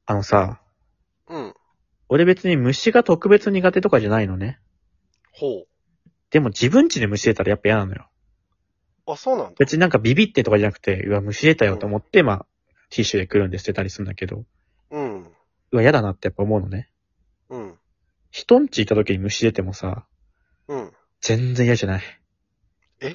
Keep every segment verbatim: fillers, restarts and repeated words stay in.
あのさ、 うん。 俺別に虫が特別苦手とかじゃないのね。 ほでも自分家で虫出たらやっぱ嫌なのよ。 う。あ、そうなんだ。 別になんかビビってとかじゃなくて、うわ、虫出たよと思って、まあ、ティッシュでくるんで捨てたりするんだけど、 うん。 うわ、嫌だなってやっぱ思うのね。 うん。 人ん家行った時に虫出てもさ、 うん。 全然嫌じゃない。 え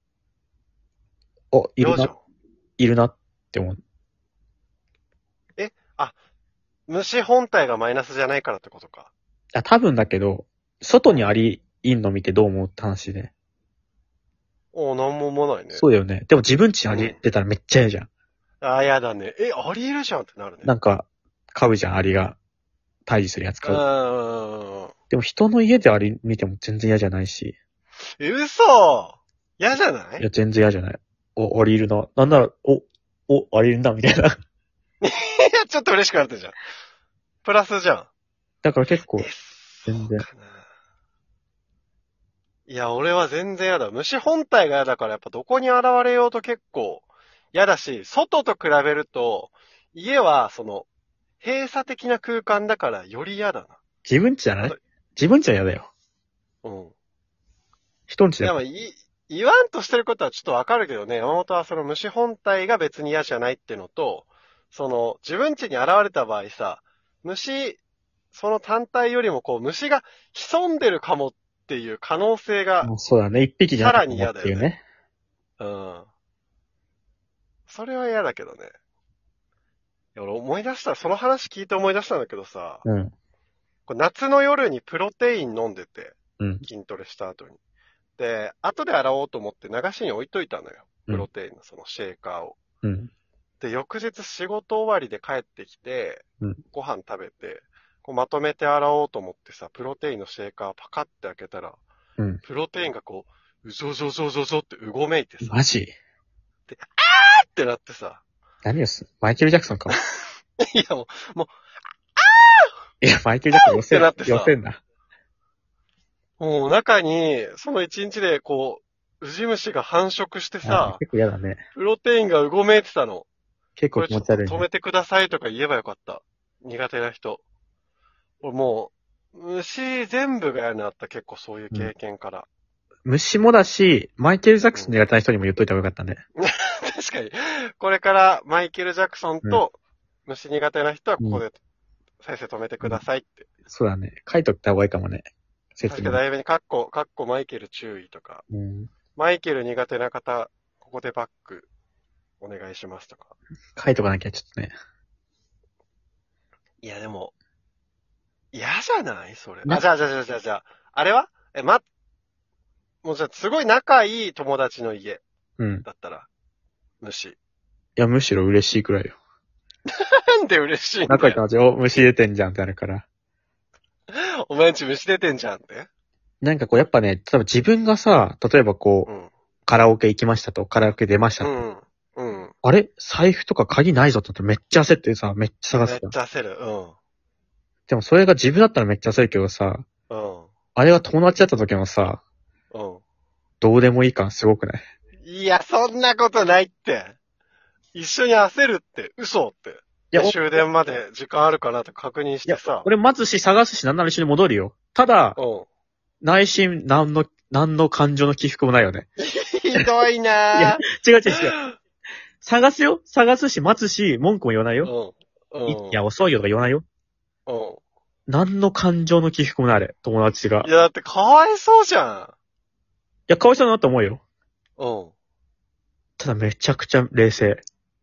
お、いるな、 嫌じゃん。 いるなって思う。 えあ、虫本体がマイナスじゃないからってことか。 あ、多分だけど、外にアリいんの見てどう思うって話で。 おなんも思わないね。 そうだよね。でも自分家アリ出たらめっちゃ嫌じゃん。 あ、やだね。え、ありえるじゃんってなるね。 なんか、飼うじゃん、アリが。退治するやつう飼う。 ーん。 でも人の家でアリ見ても全然嫌じゃないし。 え、嘘嫌じゃないいや、全然嫌じゃない。お、アリいるな。なんなら、お、お、アリいるな、みたいな。 いや、ちょっと嬉しくなったじゃん。プラスじゃん。 だから結構え、、 全然。 そうかな。いや、俺は全然嫌だ。虫本体が嫌だからやっぱどこに現れようと結構嫌だし、外と比べると、家はその、閉鎖的な空間だからより嫌だ自分家じゃなな。あいと、 自分家は嫌だよ。 うん。いや、 人ん家だよ。 まあ、い、言わんとしてることはちょっとわかるけどね、山本はその虫本体が別に嫌じゃないってのと、その、自分家に現れた場合さ、虫、その単体よりもこう、虫が潜んでるかもっていう可能性がもうそうだね。一匹じゃなかったもっていうね。 うん。それは嫌だけどね。いや、俺思い出した、その話聞いて思い出したんだけどさ、 うん。 これ夏の夜にプロテイン飲んでて、 うん。 筋トレした後に。で、後で洗おうと思って流しに置いといたのよ。 うんプロテインのそのシェーカーを。 うん。 で、翌日仕事終わりで帰ってきて、 うんご飯食べて、こうまとめて洗おうと思ってさ、プロテインのシェーカーパカって開けたら、 うん。 プロテインがこう、うぞうぞうぞうぞうぞってうごめいてさ、 マジってなってさ、 何をす、マイケル・ジャクソンか。 いやもう、もいや、マイケル・ジャクソン寄せってなってさ寄せんな。 う、もう中に、その一日でこう、ウジ虫が繁殖してあさ、 結構嫌だね。 プロテインがうごめいてたの。 結構これちょっと気持ち悪いね。 止めてくださいとか言えばよかった。苦手な人。俺もう、虫全部が嫌になった、結構そういう経験から。 虫もだし、マイケル・ジャクソン苦手な人にも言っといた方がよかったね。 確かに。これからマイケル・ジャクソンと虫苦手な人はここで先生止めてくださいって。 そうだね。書いとった方がいいかもね。説明。 確かだいぶにカッコ、カッコマイケル注意とか、 うん。 マイケル苦手な方、ここでバックお願いしますとか。 書いとかなきゃちょっとね。 いやでも、嫌じゃないそれ。 なあ、じゃあじゃあじゃあじゃあじゃあ、あれはえ、ま、もうじゃあすごい仲いい友達の家うん。いだったら、虫。 や、むしろ嬉しいくらいよ。 なんで嬉しいんだよ。 仲いい友達、お、虫出てんじゃんってなるから。 お前んち虫出てんじゃんって。 なんかこう、やっぱね、多分自分がさ、例えばこう、 うん。 カラオケ行きましたと、カラオケ出ましたと。 うん。うん。 あれ財布とか鍵ないぞってなってめっちゃ焦ってさ、めっちゃ探めっすじゃん。 ちゃ焦る。 でもそれが自分だったらめっちゃ焦るけどさ、 うん。うん。 あれが友達だった時もさ、 うどうでもいい感すごくない？ ん。いや、そんなことないって。一緒に焦るって、嘘って。 いや、 で終電まで時間あるかなって確認しいやてさ。 俺待つし探すしなんなら一緒に戻るよ。ただ、 うん。 内心、何の、何の感情の起伏もないよね。 ひどいないやぁ。、 違う違う違う。探すよ探すし、待つし、文句も言わないよ。 うん。うん。 いいや、遅いよとか言わないよ。 うん。 何の感情の起伏もないあれ、友達が。いいや、だってかわいそうじゃや、かわいそうだなと思うよ。 ん。うん。 ただめちゃくちゃ冷静。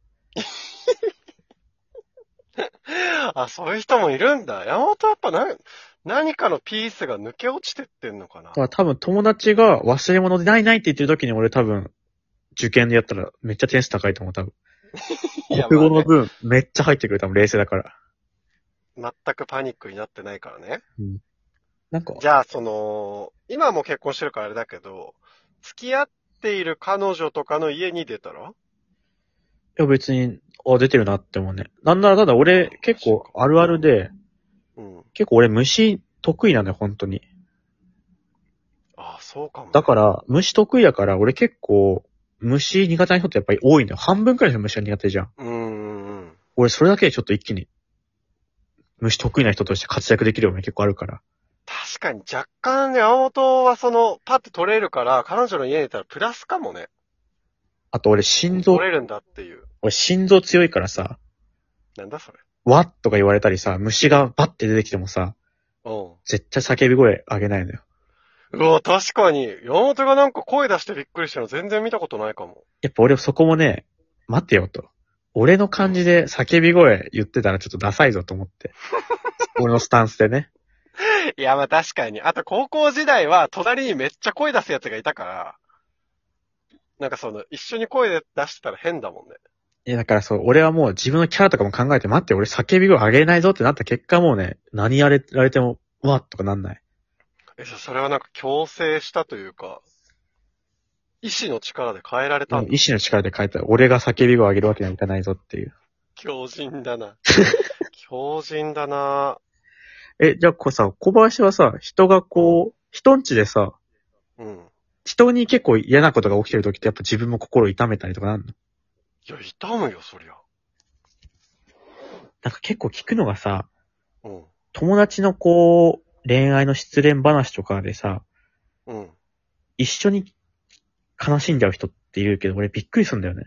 あ、そういう人もいるんだ。山本はやっぱな、何かのピースが抜け落ちてってんのかなだから多分友達が忘れ物でないないって言ってる時に俺多分、受験でやったらめっちゃ点数高いと思う、多分。 いや、 国語まあね、 の分、めっちゃ入ってくる、多分冷静だから。 全くパニックになってないからね。 うん。なんか、 じゃあ、その、今も結婚してるからあれだけど、付き合っている彼女とかの家に出たらいや別に、あ、出てるなって思うね。なんならただ俺結構あるあるで、 うん。 結構俺虫得意なのよ、本当に。 ああ、そうかも、ね。 だから、虫得意やから俺結構、虫苦手な人ってやっぱり多いんだよ。半分くらいの虫が苦手じゃん。 うーん。 俺それだけでちょっと一気に虫得意な人として活躍できるような結構あるから。 確かに若干ね、山本はその、パッて取れるから、彼女の家にいたらプラスかもね。 あと俺心臓、 取れるんだっていう。 俺心臓強いからさ、 なんだそれ。 わっとか言われたりさ、虫がバッて出てきてもさ、 うん。 絶対叫び声上げないのよ。 うわ、確かに。山本がなんか声出してびっくりしたの全然見たことないかも。 やっぱ俺そこもね、待ってよと。俺の感じで叫び声言ってたらちょっとダサいぞと思って。俺のスタンスでね。 いや、まあ確かに。あと高校時代は隣にめっちゃ声出すやつがいたから、なんかその、一緒に声で出してたら変だもんね。 いやだからそう、俺はもう自分のキャラとかも考えて、待って、俺叫び声上げないぞってなった結果もうね、何やれられても、うわっとかなんない。 え、じゃあそれはなんか強制したというか、意志の力で変えられたんだ。 意志の力で変えたら、俺が叫び声上げるわけにはいかないぞっていう。 強靭だな。強靭だな。 え、じゃあこうさ、小林はさ、人がこう、人んちでさ、 うん。 人に結構嫌なことが起きてる時ってやっぱ自分も心痛めたりとかなんの？ いや、痛むよ、そりゃ。 なんか結構聞くのがさ、 うん。 友達のこう、恋愛の失恋話とかでさ、 うん。 一緒に悲しんじゃう人って言うけど、俺びっくりするんだよね。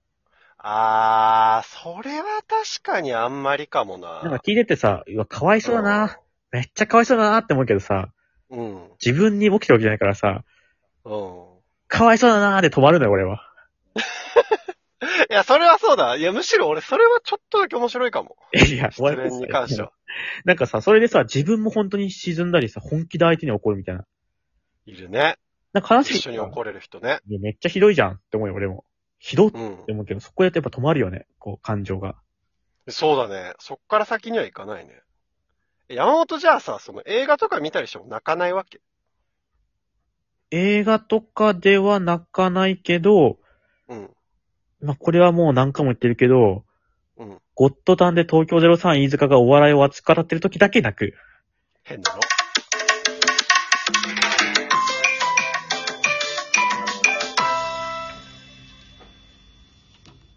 あー、それは確かにあんまりかもな。 なんか聞いててさ、うわ、かわいそうだな、めっちゃかわいそうだなって思うけどさ、 うん。 自分に起きてるわけじゃないからさ、 うん。 かわいそうだなーで止まるんだよ、俺は。 いや、それはそうだ。いや、むしろ俺、それはちょっとだけ面白いかも。 いや、 失恋に関しては。 なんかさ、それでさ、自分も本当に沈んだりさ、本気で相手に怒るみたいな。 いるね。 なんか話一緒に怒れる人ね。 いや、めっちゃひどいじゃんって思うよ、俺も。ひどっうん。 て思うけど、そこでやっぱ止まるよね、こう、感情が。 そうだね。そっから先にはいかないね。山本じゃあさ、その映画とか見たりしても泣かないわけ？ 映画とかでは泣かないけど、 うん。 まあ、これはもう何回も言ってるけど、 うん。 ゴッドタンで東京ゼロさん飯塚がお笑いを熱く語ってる時だけ泣く。 変なの。